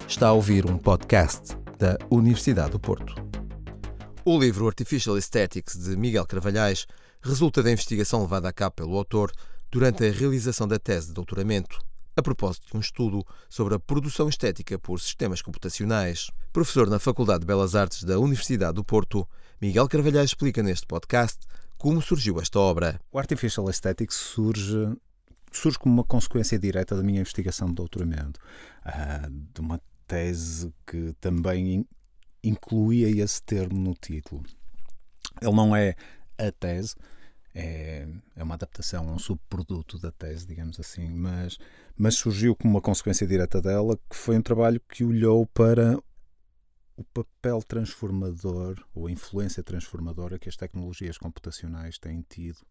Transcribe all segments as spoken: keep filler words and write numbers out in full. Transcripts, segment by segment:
Está a ouvir um podcast da Universidade do Porto. O livro Artificial Aesthetics, de Miguel Carvalhais, resulta da investigação levada a cabo pelo autor durante a realização da tese de doutoramento, a propósito de um estudo sobre a produção estética por sistemas computacionais. Professor na Faculdade de Belas Artes da Universidade do Porto, Miguel Carvalhais explica neste podcast como surgiu esta obra. O Artificial Aesthetics surge, surge como uma consequência direta da minha investigação de doutoramento, uh, de uma tese que também incluía esse termo no título. Ele não é a tese, é, é uma adaptação, um subproduto da tese, digamos assim, mas, mas surgiu como uma consequência direta dela, que foi um trabalho que olhou para o papel transformador ou a influência transformadora que as tecnologias computacionais têm tido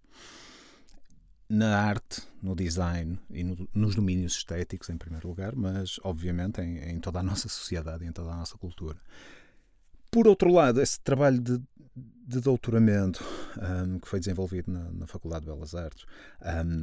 na arte, no design e no, nos domínios estéticos, em primeiro lugar, mas, obviamente, em, em toda a nossa sociedade e em toda a nossa cultura. Por outro lado, esse trabalho de, de doutoramento um, que foi desenvolvido na, na Faculdade de Belas Artes um,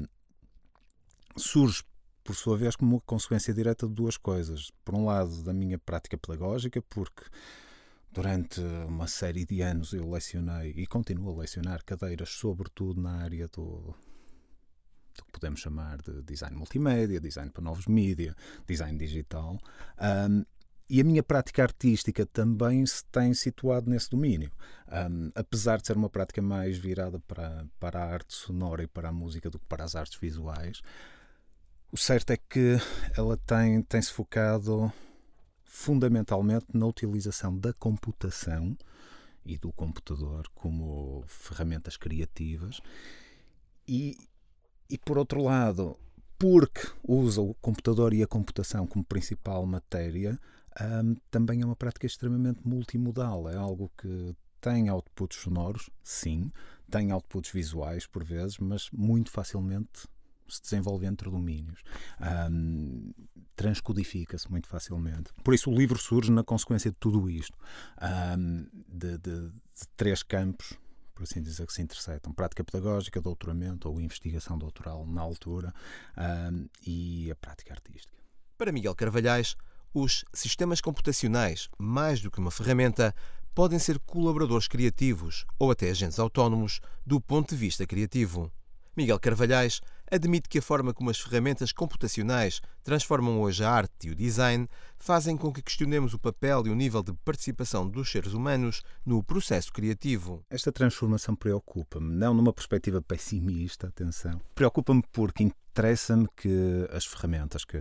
surge, por sua vez, como uma consequência direta de duas coisas. Por um lado, da minha prática pedagógica, porque durante uma série de anos eu lecionei e continuo a lecionar cadeiras, sobretudo na área do, do que podemos chamar de design multimédia, design para novos mídia, design digital. Um, E a minha prática artística também se tem situado nesse domínio. Um, apesar de ser uma prática mais virada para, para a arte sonora e para a música do que para as artes visuais, o certo é que ela tem, tem-se focado fundamentalmente na utilização da computação e do computador como ferramentas criativas e, e por outro lado, porque usa o computador e a computação como principal matéria, Um, também é uma prática extremamente multimodal. É algo que tem outputs sonoros, sim, tem outputs visuais por vezes, mas muito facilmente se desenvolve entre domínios. Um, transcodifica-se muito facilmente. Por isso o livro surge na consequência de tudo isto, um, de, de, de três campos, por assim dizer, que se intersetam: prática pedagógica, doutoramento ou investigação doutoral na altura, um, e a prática artística. Para Miguel Carvalhais, os sistemas computacionais, mais do que uma ferramenta, podem ser colaboradores criativos ou até agentes autónomos do ponto de vista criativo. Miguel Carvalhais admite que a forma como as ferramentas computacionais transformam hoje a arte e o design fazem com que questionemos o papel e o nível de participação dos seres humanos no processo criativo. Esta transformação preocupa-me, não numa perspectiva pessimista, atenção. Preocupa-me porque interessa-me que as ferramentas que...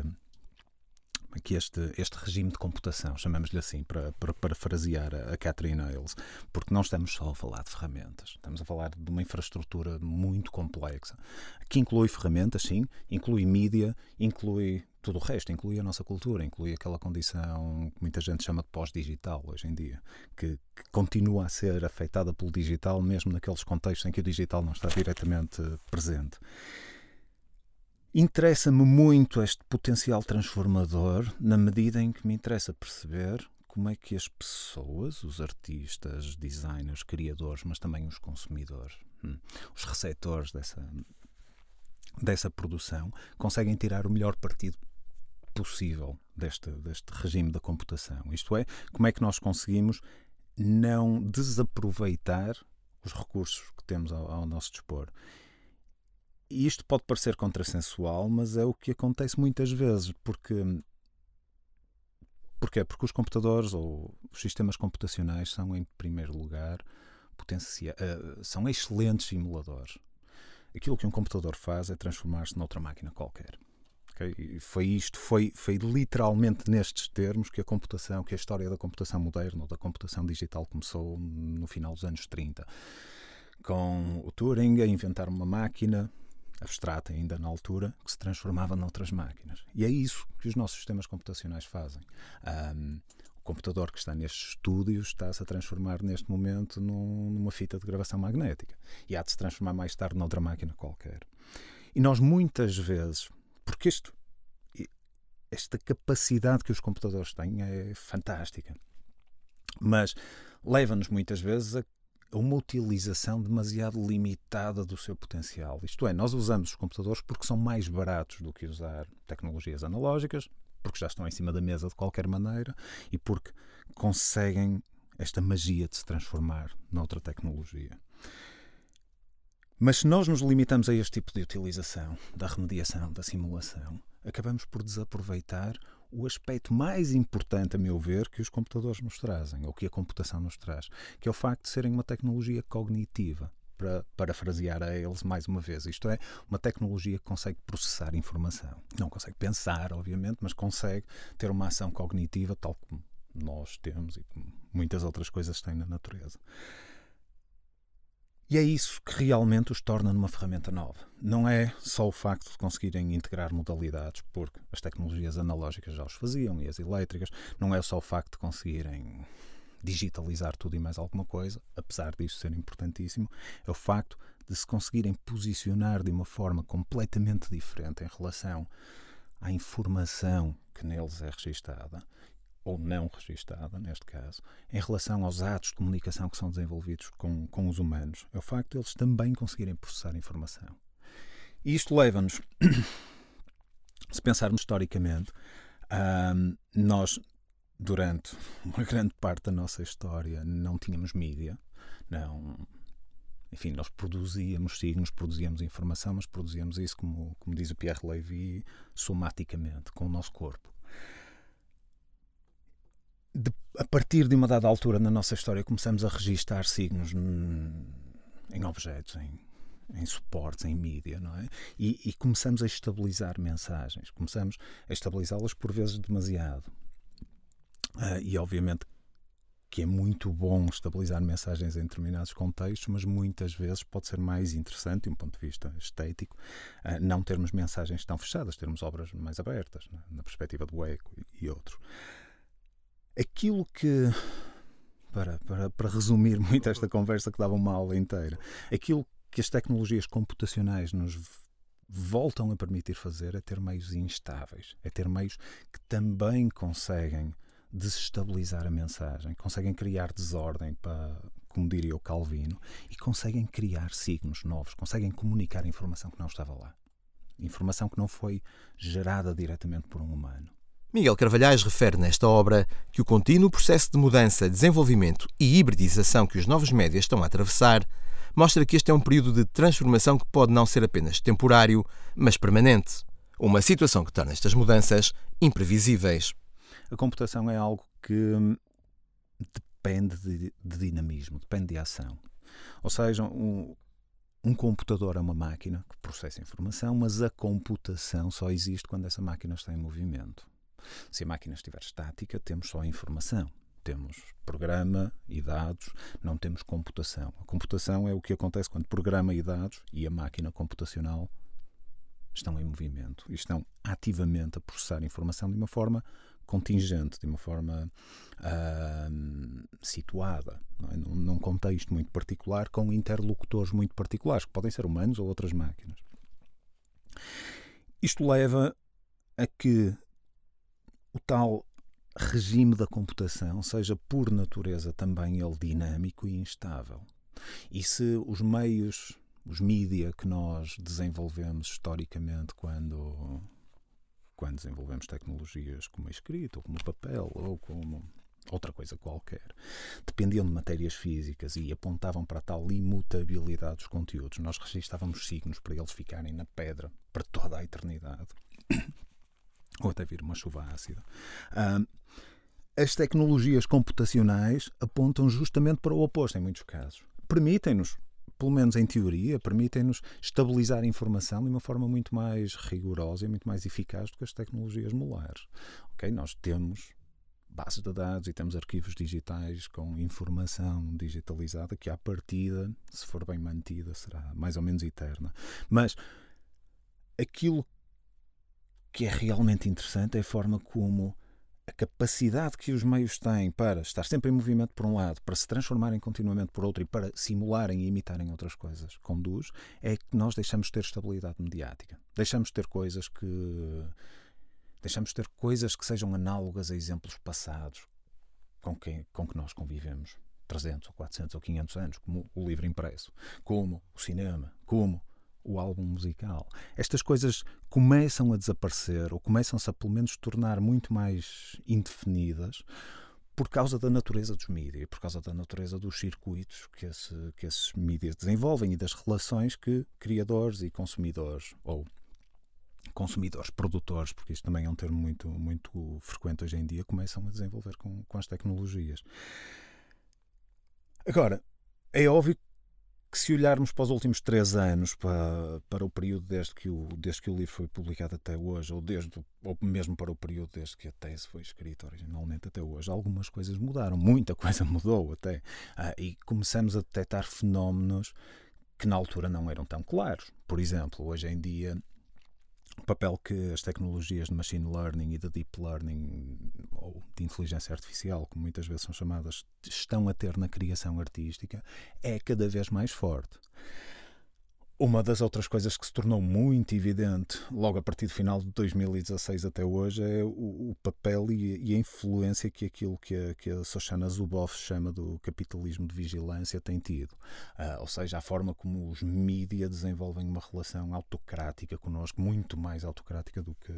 que este, este regime de computação, chamamos-lhe assim, para, para parafrasear a Catherine Ailes, porque não estamos só a falar de ferramentas, estamos a falar de uma infraestrutura muito complexa, que inclui ferramentas, sim, inclui mídia, inclui tudo o resto, inclui a nossa cultura, inclui aquela condição que muita gente chama de pós-digital hoje em dia, que, que continua a ser afetada pelo digital, mesmo naqueles contextos em que o digital não está diretamente presente. Interessa-me muito este potencial transformador na medida em que me interessa perceber como é que as pessoas, os artistas, designers, criadores, mas também os consumidores, hum, os receptores dessa, dessa produção, conseguem tirar o melhor partido possível deste, deste regime da computação. Isto é, como é que nós conseguimos não desaproveitar os recursos que temos ao, ao nosso dispor. E isto pode parecer contrassensual, mas é o que acontece muitas vezes. Porque, porquê? Porque os computadores ou os sistemas computacionais são, em primeiro lugar, potencia, uh, são excelentes simuladores. Aquilo que um computador faz é transformar-se noutra máquina qualquer. Okay? E foi isto, foi, foi literalmente nestes termos que a computação, que a história da computação moderna ou da computação digital começou no final dos anos trinta. Com o Turing a inventar uma máquina abstrata ainda na altura, que se transformava noutras máquinas. E é isso que os nossos sistemas computacionais fazem. Um, o computador que está nestes estúdios está-se a transformar neste momento num, numa fita de gravação magnética. E há de se transformar mais tarde noutra máquina qualquer. E nós muitas vezes, porque isto, esta capacidade que os computadores têm é fantástica, mas leva-nos muitas vezes a uma utilização demasiado limitada do seu potencial. Isto é, nós usamos os computadores porque são mais baratos do que usar tecnologias analógicas, porque já estão em cima da mesa de qualquer maneira e porque conseguem esta magia de se transformar noutra tecnologia. Mas se nós nos limitamos a este tipo de utilização, da remediação, da simulação, acabamos por desaproveitar o aspecto mais importante, a meu ver, que os computadores nos trazem, ou que a computação nos traz, que é o facto de serem uma tecnologia cognitiva. Para parafrasear a eles mais uma vez, isto é, uma tecnologia que consegue processar informação. Não consegue pensar, obviamente, mas consegue ter uma ação cognitiva, tal como nós temos e como muitas outras coisas têm na natureza. E é isso que realmente os torna numa ferramenta nova. Não é só o facto de conseguirem integrar modalidades, porque as tecnologias analógicas já os faziam, e as elétricas. Não é só o facto de conseguirem digitalizar tudo e mais alguma coisa, apesar disso ser importantíssimo. É o facto de se conseguirem posicionar de uma forma completamente diferente em relação à informação que neles é registada, ou não registada, neste caso, em relação aos atos de comunicação que são desenvolvidos com, com os humanos. É o facto de eles também conseguirem processar informação. E isto leva-nos, se pensarmos historicamente, um, nós, durante uma grande parte da nossa história, não tínhamos mídia, não... Enfim, nós produzíamos signos, produzíamos informação, mas produzíamos isso, como, como diz o Pierre Levy, somaticamente, com o nosso corpo. De, a partir de uma dada altura na nossa história começamos a registar signos n, em objetos, em, em suportes, em mídia, não é? E, e começamos a estabilizar mensagens, começamos a estabilizá-las por vezes demasiado. Uh, e obviamente que é muito bom estabilizar mensagens em determinados contextos, mas muitas vezes pode ser mais interessante, de um ponto de vista estético, uh, não termos mensagens tão fechadas, termos obras mais abertas, né? Na perspectiva do eco e, e outros. Aquilo que, para, para, para resumir muito esta conversa que dava uma aula inteira, aquilo que as tecnologias computacionais nos voltam a permitir fazer é ter meios instáveis, é ter meios que também conseguem desestabilizar a mensagem, conseguem criar desordem, para, como diria o Calvino, e conseguem criar signos novos, conseguem comunicar informação que não estava lá. Informação que não foi gerada diretamente por um humano. Miguel Carvalhais refere nesta obra que o contínuo processo de mudança, desenvolvimento e hibridização que os novos médias estão a atravessar mostra que este é um período de transformação que pode não ser apenas temporário, mas permanente. Uma situação que torna estas mudanças imprevisíveis. A computação é algo que depende de, de dinamismo, depende de ação. Ou seja, um, um computador é uma máquina que processa informação, mas a computação só existe quando essa máquina está em movimento. Se a máquina estiver estática, temos só informação. Temos programa e dados, não temos computação. A computação é o que acontece quando programa e dados e a máquina computacional estão em movimento e estão ativamente a processar informação de uma forma contingente, de uma forma uh, situada, não é? num, num contexto muito particular, com interlocutores muito particulares, que podem ser humanos ou outras máquinas. Isto leva a que o tal regime da computação seja, por natureza, também ele dinâmico e instável. E se os meios, os mídia que nós desenvolvemos historicamente quando, quando desenvolvemos tecnologias como a escrita, ou como o papel, ou como outra coisa qualquer, dependiam de matérias físicas e apontavam para a tal imutabilidade dos conteúdos, nós registávamos signos para eles ficarem na pedra para toda a eternidade. Ou até vir uma chuva ácida. Um, as tecnologias computacionais apontam justamente para o oposto, em muitos casos. Permitem-nos, pelo menos em teoria, permitem-nos estabilizar a informação de uma forma muito mais rigorosa e muito mais eficaz do que as tecnologias molares. Okay? Nós temos bases de dados e temos arquivos digitais com informação digitalizada que, à partida, se for bem mantida, será mais ou menos eterna. Mas aquilo que é realmente interessante é a forma como a capacidade que os meios têm para estar sempre em movimento por um lado, para se transformarem continuamente por outro e para simularem e imitarem outras coisas, conduz, é que nós deixamos de ter estabilidade mediática. Deixamos de ter coisas que... Deixamos de ter coisas que sejam análogas a exemplos passados com que, com que nós convivemos trezentos ou quatrocentos ou quinhentos anos, como o livro impresso, como o cinema, como o álbum musical. Estas coisas começam a desaparecer ou começam-se a pelo menos tornar muito mais indefinidas por causa da natureza dos mídias, por causa da natureza dos circuitos que, esse, que esses mídias desenvolvem e das relações que criadores e consumidores, ou consumidores, produtores, porque isto também é um termo muito, muito frequente hoje em dia, começam a desenvolver com, com as tecnologias. Agora, é óbvio que se olharmos para os últimos três anos, para, para o período desde que o, desde que o livro foi publicado até hoje, ou, desde, ou mesmo para o período desde que a tese foi escrita originalmente até hoje, algumas coisas mudaram, muita coisa mudou até. Ah, e começamos a detectar fenómenos que na altura não eram tão claros. Por exemplo, hoje em dia, o papel que as tecnologias de machine learning e de deep learning, ou de inteligência artificial, como muitas vezes são chamadas, estão a ter na criação artística, é cada vez mais forte. Uma das outras coisas que se tornou muito evidente logo a partir do final de dois mil e dezasseis até hoje é o, o papel e, e a influência que aquilo que a, que a Shoshana Zuboff chama do capitalismo de vigilância tem tido. Uh, ou seja, a forma como os mídias desenvolvem uma relação autocrática connosco, muito mais autocrática do que,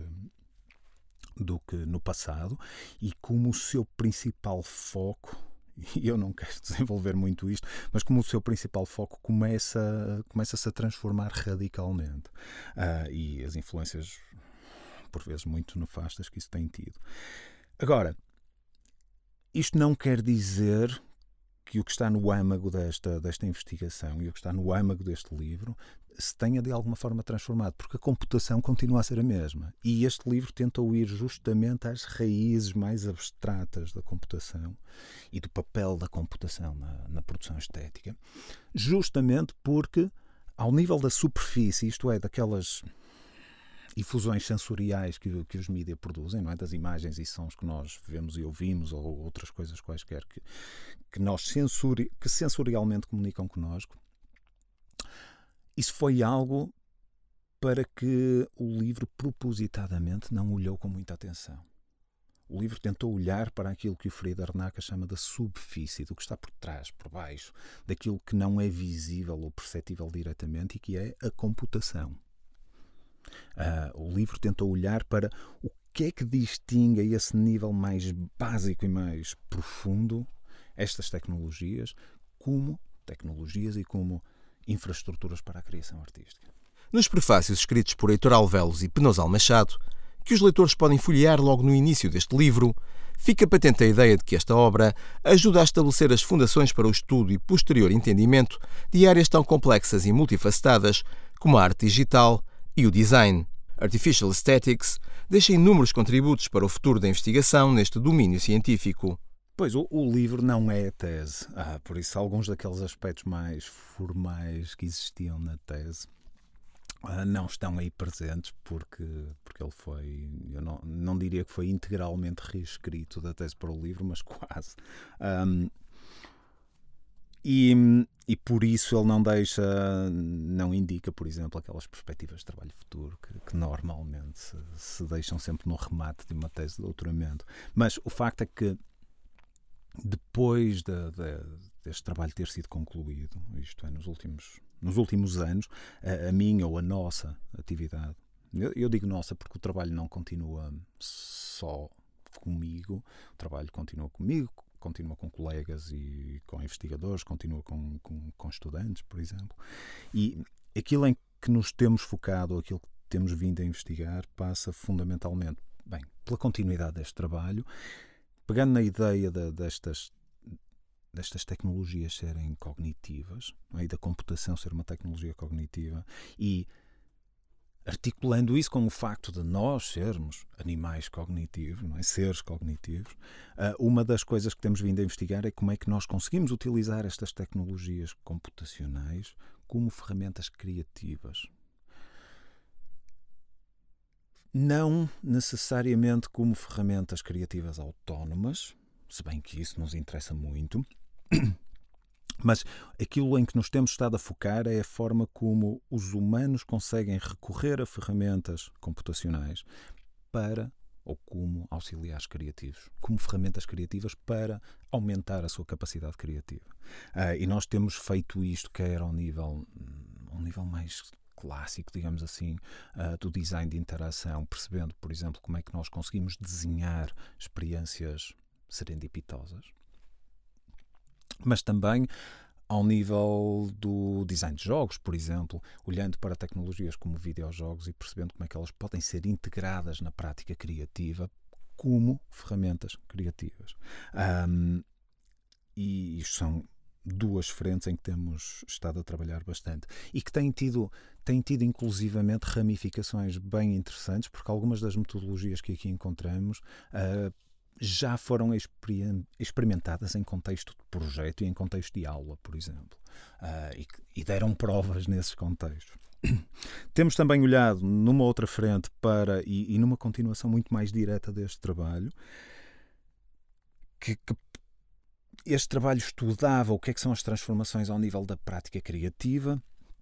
do que no passado, e como o seu principal foco, e eu não quero desenvolver muito isto, mas como o seu principal foco começa, começa-se a transformar radicalmente. Uh, e as influências, por vezes, muito nefastas que isso tem tido. Agora, isto não quer dizer que o que está no âmago desta, desta investigação e o que está no âmago deste livro se tenha de alguma forma transformado, porque a computação continua a ser a mesma. E este livro tentou ir justamente às raízes mais abstratas da computação e do papel da computação na, na produção estética, justamente porque, ao nível da superfície, isto é, daquelas efusões sensoriais que, que os mídias produzem, não é? Das imagens e sons que nós vemos e ouvimos, ou outras coisas quaisquer que, que, nós sensori, que sensorialmente comunicam connosco, isso foi algo para que o livro propositadamente não olhou com muita atenção. O livro tentou olhar para aquilo que o Fried Arnaca chama da subfície, do que está por trás, por baixo, daquilo que não é visível ou perceptível diretamente e que é a computação. Uh, o livro tentou olhar para o que é que distingue a esse nível mais básico e mais profundo estas tecnologias como tecnologias e como infraestruturas para a criação artística. Nos prefácios escritos por Heitor Alvelos e Penosal Machado, que os leitores podem folhear logo no início deste livro, fica patente a ideia de que esta obra ajuda a estabelecer as fundações para o estudo e posterior entendimento de áreas tão complexas e multifacetadas como a arte digital e o design. Artificial Aesthetics deixa inúmeros contributos para o futuro da investigação neste domínio científico. Pois, o, o livro não é a tese. Ah, por isso, alguns daqueles aspectos mais formais que existiam na tese ah, não estão aí presentes porque, porque ele foi, eu não, não diria que foi integralmente reescrito da tese para o livro, mas quase. Um, e, e por isso ele não deixa, não indica, por exemplo, aquelas perspectivas de trabalho futuro que, que normalmente se, se deixam sempre no remate de uma tese de doutoramento. Mas o facto é que depois de, de, deste trabalho ter sido concluído, isto é, nos últimos, nos últimos anos, a, a minha ou a nossa atividade, eu, eu digo nossa porque o trabalho não continua só comigo, o trabalho continua comigo, continua com colegas e com investigadores, continua com, com, com estudantes, por exemplo, e aquilo em que nos temos focado, aquilo que temos vindo a investigar, passa fundamentalmente, bem, pela continuidade deste trabalho, pegando na ideia de, destas, destas tecnologias serem cognitivas, não é? E da computação ser uma tecnologia cognitiva, e articulando isso com o facto de nós sermos animais cognitivos, não é? Seres cognitivos, uma das coisas que temos vindo a investigar é como é que nós conseguimos utilizar estas tecnologias computacionais como ferramentas criativas. Não necessariamente como ferramentas criativas autónomas, se bem que isso nos interessa muito, mas aquilo em que nos temos estado a focar é a forma como os humanos conseguem recorrer a ferramentas computacionais para, ou como auxiliares criativos, como ferramentas criativas para aumentar a sua capacidade criativa. Uh, e nós temos feito isto quer ao nível, ao nível mais clássico, digamos assim, uh, do design de interação, percebendo, por exemplo, como é que nós conseguimos desenhar experiências serendipitosas, mas também ao nível do design de jogos, por exemplo, olhando para tecnologias como videojogos e percebendo como é que elas podem ser integradas na prática criativa como ferramentas criativas. Um, e isto são duas frentes em que temos estado a trabalhar bastante e que têm tido, têm tido inclusivamente ramificações bem interessantes, porque algumas das metodologias que aqui encontramos uh, já foram experimentadas em contexto de projeto e em contexto de aula, por exemplo, uh, e, e deram provas nesses contextos. Temos também olhado numa outra frente para, e, e numa continuação muito mais direta deste trabalho, que, que este trabalho estudava o que é que são as transformações ao nível da prática criativa.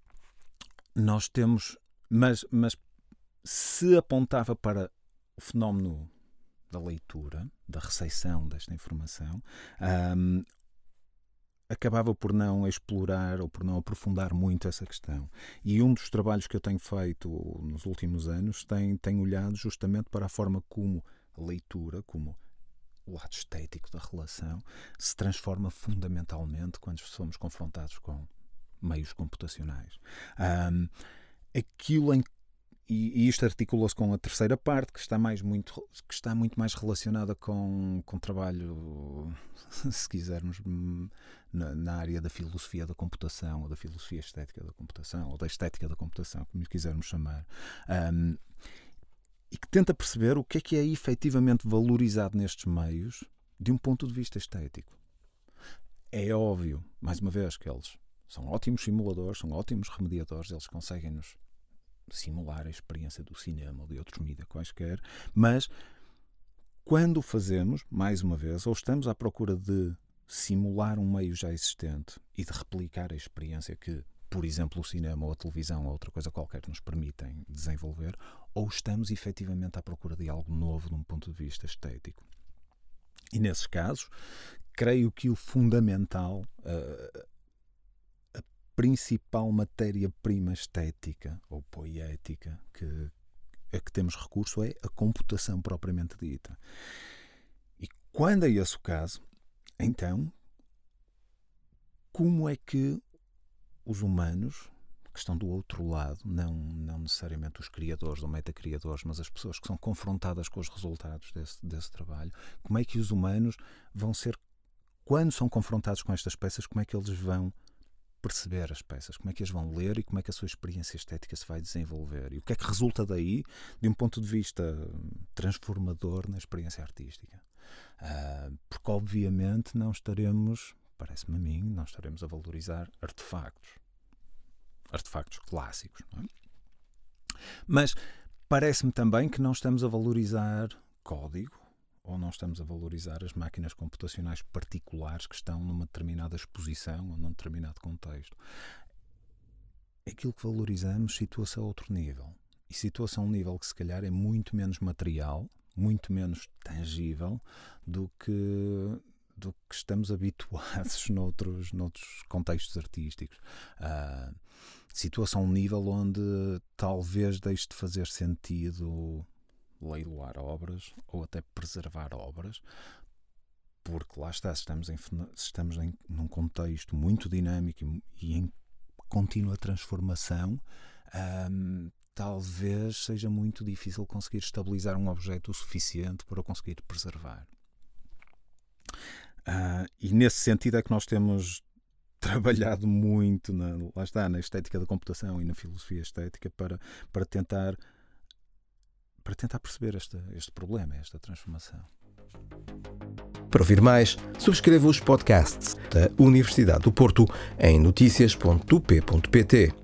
Nós temos, mas, mas se apontava para o fenómeno da leitura, da recepção desta informação, um, acabava por não explorar ou por não aprofundar muito essa questão. E um dos trabalhos que eu tenho feito nos últimos anos tem, tem olhado justamente para a forma como a leitura, como o lado estético da relação, se transforma fundamentalmente quando somos confrontados com meios computacionais. Um, aquilo em E, e isto articula-se com a terceira parte, que está, mais muito, que está muito mais relacionada com, com trabalho, se quisermos, na, na área da filosofia da computação, ou da filosofia estética da computação, ou da estética da computação, como quisermos chamar, um, e que tenta perceber o que é que é efetivamente valorizado nestes meios de um ponto de vista estético. É óbvio, mais uma vez, que eles são ótimos simuladores, são ótimos remediadores, eles conseguem-nos simular a experiência do cinema ou de outros mídias quaisquer, mas quando o fazemos, mais uma vez, ou estamos à procura de simular um meio já existente e de replicar a experiência que, por exemplo, o cinema ou a televisão ou outra coisa qualquer nos permitem desenvolver, ou estamos efetivamente à procura de algo novo de um ponto de vista estético. E nesses casos, creio que o fundamental, uh, principal matéria-prima estética ou poética que, a que temos recurso é a computação propriamente dita. E quando é esse o caso, então, como é que os humanos, que estão do outro lado, não, não necessariamente os criadores ou metacriadores, mas as pessoas que são confrontadas com os resultados desse, desse trabalho, como é que os humanos vão ser, quando são confrontados com estas peças, como é que eles vão perceber as peças, como é que as vão ler e como é que a sua experiência estética se vai desenvolver e o que é que resulta daí de um ponto de vista transformador na experiência artística. Uh, porque obviamente não estaremos, parece-me a mim, não estaremos a valorizar artefactos, artefactos clássicos, não é? Mas parece-me também que não estamos a valorizar código ou não estamos a valorizar as máquinas computacionais particulares que estão numa determinada exposição ou num determinado contexto. Aquilo que valorizamos situa-se a outro nível. E situa-se a um nível que se calhar é muito menos material, muito menos tangível do que, do que estamos habituados noutros, noutros contextos artísticos. Uh, situa-se a um nível onde talvez deixe de fazer sentido leiloar obras ou até preservar obras, porque lá está, estamos, em, estamos em, num contexto muito dinâmico e, e em contínua transformação, hum, talvez seja muito difícil conseguir estabilizar um objeto o suficiente para o conseguir preservar. Uh, e nesse sentido é que nós temos trabalhado muito na, lá está, na estética da computação e na filosofia estética para, para tentar para tentar perceber este, este problema, esta transformação. Para ouvir mais, subscreva os podcasts da Universidade do Porto em noticias ponto u p ponto p t.